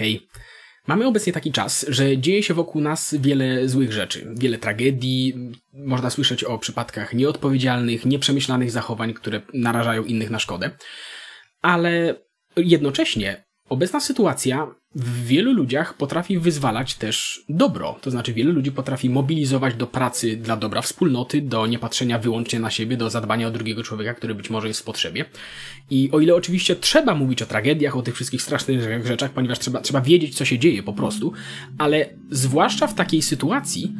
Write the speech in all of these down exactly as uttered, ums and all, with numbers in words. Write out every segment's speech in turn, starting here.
Hej. Mamy obecnie taki czas, że dzieje się wokół nas wiele złych rzeczy, wiele tragedii, można słyszeć o przypadkach nieodpowiedzialnych, nieprzemyślanych zachowań, które narażają innych na szkodę, ale jednocześnie obecna sytuacja w wielu ludziach potrafi wyzwalać też dobro, to znaczy wielu ludzi potrafi mobilizować do pracy dla dobra wspólnoty, do niepatrzenia wyłącznie na siebie, do zadbania o drugiego człowieka, który być może jest w potrzebie. I o ile oczywiście trzeba mówić o tragediach, o tych wszystkich strasznych rzeczach, ponieważ trzeba, trzeba wiedzieć, co się dzieje po prostu, ale zwłaszcza w takiej sytuacji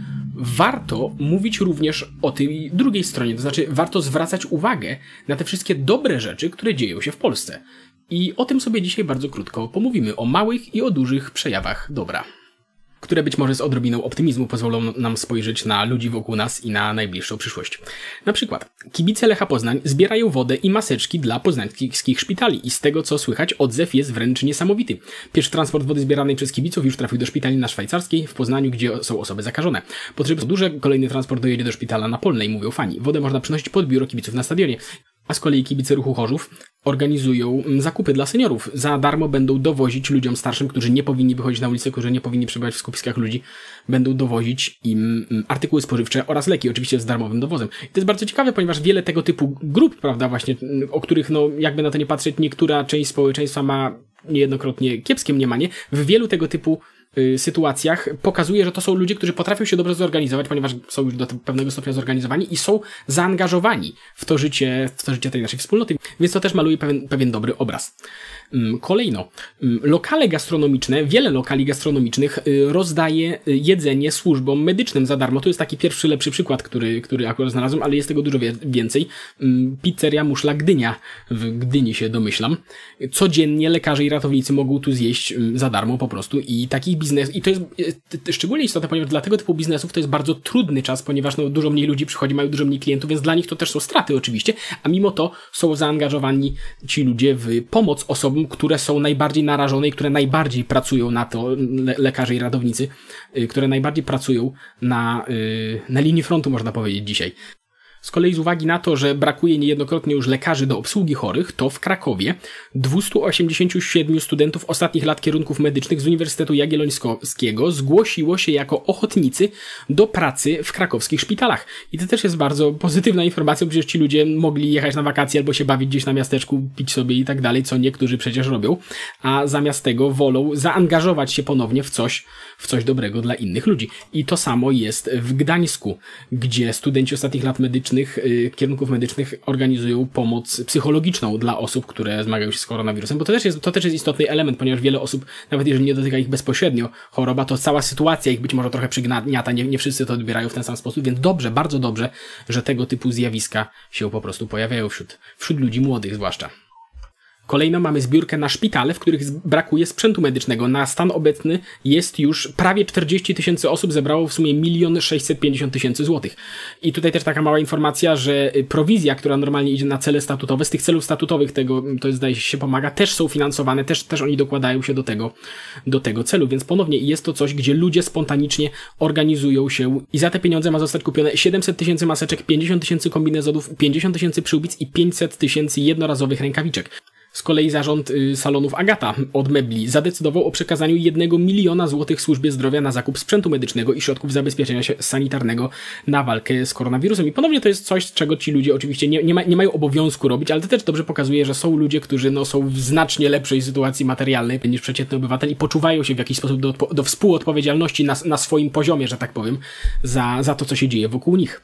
warto mówić również o tej drugiej stronie, to znaczy warto zwracać uwagę na te wszystkie dobre rzeczy, które dzieją się w Polsce. I o tym sobie dzisiaj bardzo krótko pomówimy, o małych i o dużych przejawach dobra, które być może z odrobiną optymizmu pozwolą nam spojrzeć na ludzi wokół nas i na najbliższą przyszłość. Na przykład, kibice Lecha Poznań zbierają wodę i maseczki dla poznańskich szpitali i z tego co słychać, odzew jest wręcz niesamowity. Pierwszy transport wody zbieranej przez kibiców już trafił do szpitali na Szwajcarskiej w Poznaniu, gdzie są osoby zakażone. Potrzeby są duże, kolejny transport dojedzie do szpitala na Polnej, mówią fani. Wodę można przynosić pod biuro kibiców na stadionie. A z kolei kibice Ruchu Chorzów organizują zakupy dla seniorów. Za darmo będą dowozić ludziom starszym, którzy nie powinni wychodzić na ulicę, którzy nie powinni przebywać w skupiskach ludzi, będą dowozić im artykuły spożywcze oraz leki, oczywiście z darmowym dowozem. I to jest bardzo ciekawe, ponieważ wiele tego typu grup, prawda, właśnie, o których, no, jakby na to nie patrzeć, niektóra część społeczeństwa ma niejednokrotnie kiepskie mniemanie, w wielu tego typu sytuacjach pokazuje, że to są ludzie, którzy potrafią się dobrze zorganizować, ponieważ są już do pewnego stopnia zorganizowani i są zaangażowani w to życie, w to życie tej naszej wspólnoty, więc to też maluje pewien, pewien dobry obraz. Kolejno, lokale gastronomiczne, wiele lokali gastronomicznych rozdaje jedzenie służbom medycznym za darmo. To jest taki pierwszy, lepszy przykład, który, który akurat znalazłem, ale jest tego dużo więcej. Pizzeria Muszla Gdynia, w Gdyni się domyślam. Codziennie lekarze i ratownicy mogą tu zjeść za darmo po prostu i takich biznes, i to jest szczególnie istotne, ponieważ dla tego typu biznesów to jest bardzo trudny czas, ponieważ no, dużo mniej ludzi przychodzi, mają dużo mniej klientów, więc dla nich to też są straty oczywiście, a mimo to są zaangażowani ci ludzie w pomoc osobom, które są najbardziej narażone i które najbardziej pracują na to, le- lekarze i ratownicy, y, które najbardziej pracują na, y, na linii frontu, można powiedzieć dzisiaj. Z kolei z uwagi na to, że brakuje niejednokrotnie już lekarzy do obsługi chorych, to w Krakowie dwieście osiemdziesiąt siedem studentów ostatnich lat kierunków medycznych z Uniwersytetu Jagiellońskiego zgłosiło się jako ochotnicy do pracy w krakowskich szpitalach. I to też jest bardzo pozytywna informacja, przecież ci ludzie mogli jechać na wakacje albo się bawić gdzieś na miasteczku, pić sobie i tak dalej, co niektórzy przecież robią, a zamiast tego wolą zaangażować się ponownie w coś, w coś dobrego dla innych ludzi. I to samo jest w Gdańsku, gdzie studenci ostatnich lat medycznych kierunków medycznych organizują pomoc psychologiczną dla osób, które zmagają się z koronawirusem, bo to też jest, to też jest istotny element, ponieważ wiele osób, nawet jeżeli nie dotyka ich bezpośrednio choroba, to cała sytuacja ich być może trochę przygniata, nie, nie wszyscy to odbierają w ten sam sposób, więc dobrze, bardzo dobrze, że tego typu zjawiska się po prostu pojawiają wśród, wśród ludzi młodych zwłaszcza. Kolejno mamy zbiórkę na szpitale, w których brakuje sprzętu medycznego. Na stan obecny jest już prawie czterdzieści tysięcy osób, zebrało w sumie milion sześćset pięćdziesiąt tysięcy złotych. I tutaj też taka mała informacja, że prowizja, która normalnie idzie na cele statutowe, z tych celów statutowych tego, to jest, zdaje się, pomaga, też są finansowane, też, też oni dokładają się do tego, do tego celu, więc ponownie jest to coś, gdzie ludzie spontanicznie organizują się i za te pieniądze ma zostać kupione siedemset tysięcy maseczek, pięćdziesiąt tysięcy kombinezonów, pięćdziesiąt tysięcy przyłbic i pięćset tysięcy jednorazowych rękawiczek. Z kolei zarząd y, salonów Agata od Mebli zadecydował o przekazaniu jednego miliona złotych służbie zdrowia na zakup sprzętu medycznego i środków zabezpieczenia się sanitarnego na walkę z koronawirusem. I ponownie to jest coś, czego ci ludzie oczywiście nie, nie, ma, nie mają obowiązku robić, ale to też dobrze pokazuje, że są ludzie, którzy no, są w znacznie lepszej sytuacji materialnej niż przeciętny obywatel i poczuwają się w jakiś sposób do, do współodpowiedzialności na, na swoim poziomie, że tak powiem, za, za to, co się dzieje wokół nich.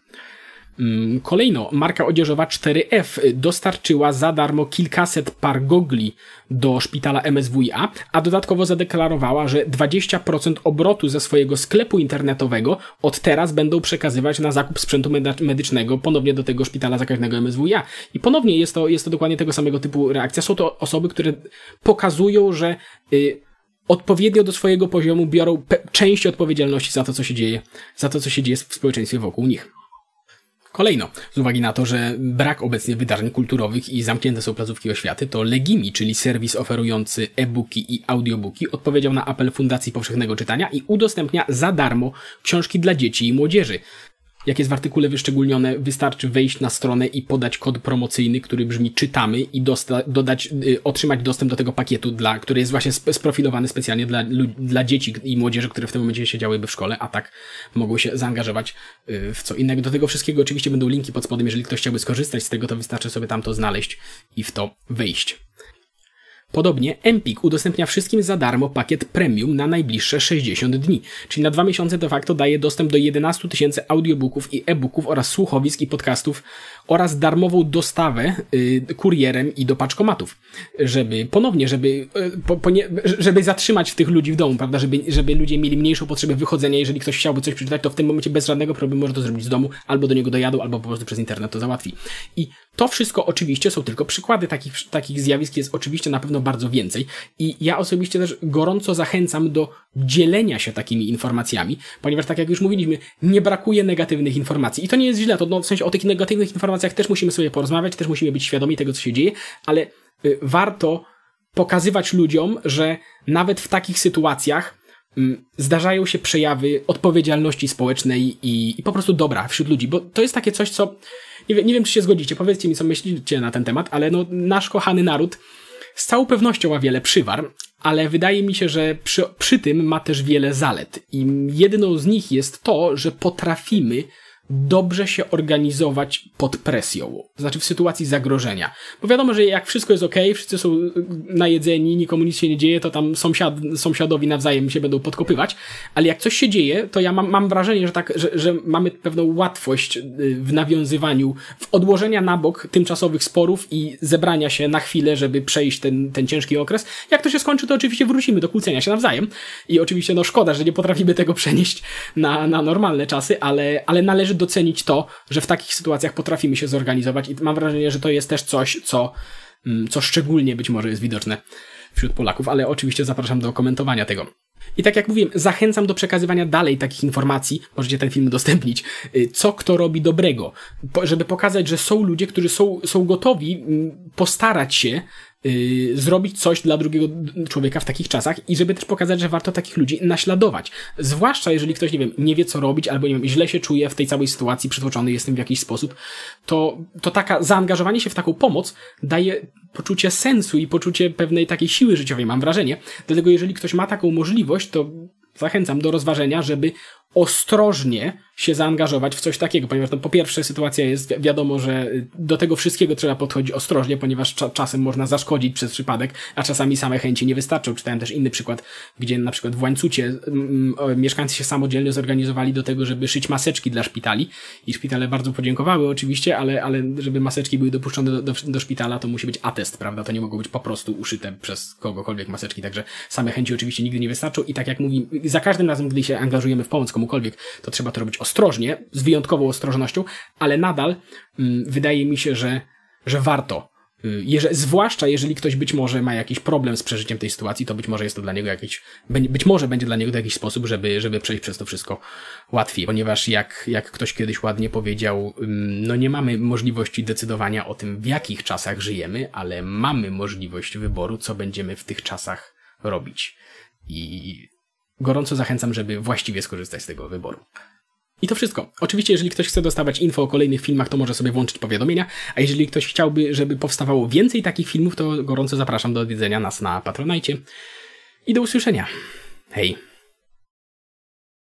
Kolejno, marka odzieżowa cztery F dostarczyła za darmo kilkaset par gogli do szpitala M S W i A, a dodatkowo zadeklarowała, że dwadzieścia procent obrotu ze swojego sklepu internetowego od teraz będą przekazywać na zakup sprzętu medycznego ponownie do tego szpitala zakaźnego M S W i A. I ponownie jest to, jest to dokładnie tego samego typu reakcja. Są to osoby, które pokazują, że yy, odpowiednio do swojego poziomu biorą część odpowiedzialności za to, co się dzieje, za to, co się dzieje w społeczeństwie wokół nich. Kolejno, z uwagi na to, że brak obecnie wydarzeń kulturowych i zamknięte są placówki oświaty, to Legimi, czyli serwis oferujący e-booki i audiobooki, odpowiedział na apel Fundacji Powszechnego Czytania i udostępnia za darmo książki dla dzieci i młodzieży. jak jest w artykule wyszczególnione, wystarczy wejść na stronę i podać kod promocyjny, który brzmi czytamy i dosta- dodać, y, otrzymać dostęp do tego pakietu, dla, który jest właśnie sp- sprofilowany specjalnie dla, dla dzieci i młodzieży, które w tym momencie siedziałyby w szkole, a tak mogły się zaangażować y, w co innego. Do tego wszystkiego oczywiście będą linki pod spodem, jeżeli ktoś chciałby skorzystać z tego, to wystarczy sobie tam to znaleźć i w to wejść. Podobnie Empik udostępnia wszystkim za darmo pakiet premium na najbliższe sześćdziesiąt dni, czyli na dwa miesiące de facto daje dostęp do jedenastu tysięcy audiobooków i e-booków oraz słuchowisk i podcastów oraz darmową dostawę y, kurierem i do paczkomatów, żeby ponownie, żeby, y, po, po nie, żeby zatrzymać tych ludzi w domu, prawda, żeby, żeby ludzie mieli mniejszą potrzebę wychodzenia, jeżeli ktoś chciałby coś przeczytać, to w tym momencie bez żadnego problemu może to zrobić z domu, albo do niego dojadą, albo po prostu przez internet to załatwi. I to wszystko oczywiście są tylko przykłady takich, takich zjawisk, jest oczywiście na pewno bardzo więcej i ja osobiście też gorąco zachęcam do dzielenia się takimi informacjami, ponieważ tak jak już mówiliśmy, nie brakuje negatywnych informacji i to nie jest źle, to no, w sensie o tych negatywnych informacjach też musimy sobie porozmawiać, też musimy być świadomi tego, co się dzieje, ale y, warto pokazywać ludziom, że nawet w takich sytuacjach y, zdarzają się przejawy odpowiedzialności społecznej i, i po prostu dobra wśród ludzi, bo to jest takie coś, co nie, wiem, nie wiem, czy się zgodzicie, powiedzcie mi, co myślicie na ten temat, ale no, nasz kochany naród z całą pewnością ma wiele przywar, ale wydaje mi się, że przy, przy tym ma też wiele zalet. I jedną z nich jest to, że potrafimy dobrze się organizować pod presją. To znaczy w sytuacji zagrożenia. Bo wiadomo, że jak wszystko jest okej, wszyscy są najedzeni, nikomu nic się nie dzieje, to tam sąsiad, sąsiadowi nawzajem się będą podkopywać, ale jak coś się dzieje, to ja mam, mam wrażenie, że tak, że, że mamy pewną łatwość w nawiązywaniu, w odłożenia na bok tymczasowych sporów i zebrania się na chwilę, żeby przejść ten, ten ciężki okres. Jak to się skończy, to oczywiście wrócimy do kłócenia się nawzajem. I oczywiście no szkoda, że nie potrafimy tego przenieść na, na normalne czasy, ale, ale należy docenić to, że w takich sytuacjach potrafimy się zorganizować i mam wrażenie, że to jest też coś, co, co szczególnie być może jest widoczne wśród Polaków, ale oczywiście zapraszam do komentowania tego. I tak jak mówiłem, zachęcam do przekazywania dalej takich informacji, możecie ten film udostępnić, co kto robi dobrego, żeby pokazać, że są ludzie, którzy są, są gotowi postarać się Yy, zrobić coś dla drugiego człowieka w takich czasach i żeby też pokazać, że warto takich ludzi naśladować. Zwłaszcza jeżeli ktoś, nie wiem, nie wie co robić albo nie wiem, źle się czuje w tej całej sytuacji, przytłoczony jest tym w jakiś sposób, to, to taka zaangażowanie się w taką pomoc daje poczucie sensu i poczucie pewnej takiej siły życiowej, mam wrażenie. Dlatego jeżeli ktoś ma taką możliwość, to zachęcam do rozważenia, żeby ostrożnie się zaangażować w coś takiego, ponieważ to po pierwsze sytuacja jest, wi- wiadomo, że do tego wszystkiego trzeba podchodzić ostrożnie, ponieważ cza- czasem można zaszkodzić przez przypadek, a czasami same chęci nie wystarczą. Czytałem też inny przykład, gdzie na przykład w Łańcucie m, m, mieszkańcy się samodzielnie zorganizowali do tego, żeby szyć maseczki dla szpitali i szpitale bardzo podziękowały oczywiście, ale, ale żeby maseczki były dopuszczone do, do, do szpitala, to musi być atest, prawda? To nie mogą być po prostu uszyte przez kogokolwiek maseczki, także same chęci oczywiście nigdy nie wystarczą i tak jak mówi, za każdym razem, gdy się angażujemy w pomoc komukolwiek, to trzeba to robić ostrożnie, z wyjątkową ostrożnością, ale nadal mm, wydaje mi się, że, że warto. Jeże, zwłaszcza jeżeli ktoś być może ma jakiś problem z przeżyciem tej sytuacji, to być może jest to dla niego jakiś, być może będzie dla niego to jakiś sposób, żeby, żeby przejść przez to wszystko łatwiej, ponieważ jak, jak ktoś kiedyś ładnie powiedział, no nie mamy możliwości decydowania o tym, w jakich czasach żyjemy, ale mamy możliwość wyboru, co będziemy w tych czasach robić. I gorąco zachęcam, żeby właściwie skorzystać z tego wyboru. I to wszystko. Oczywiście, jeżeli ktoś chce dostawać info o kolejnych filmach, to może sobie włączyć powiadomienia, a jeżeli ktoś chciałby, żeby powstawało więcej takich filmów, to gorąco zapraszam do odwiedzenia nas na Patronite. I do usłyszenia. Hej!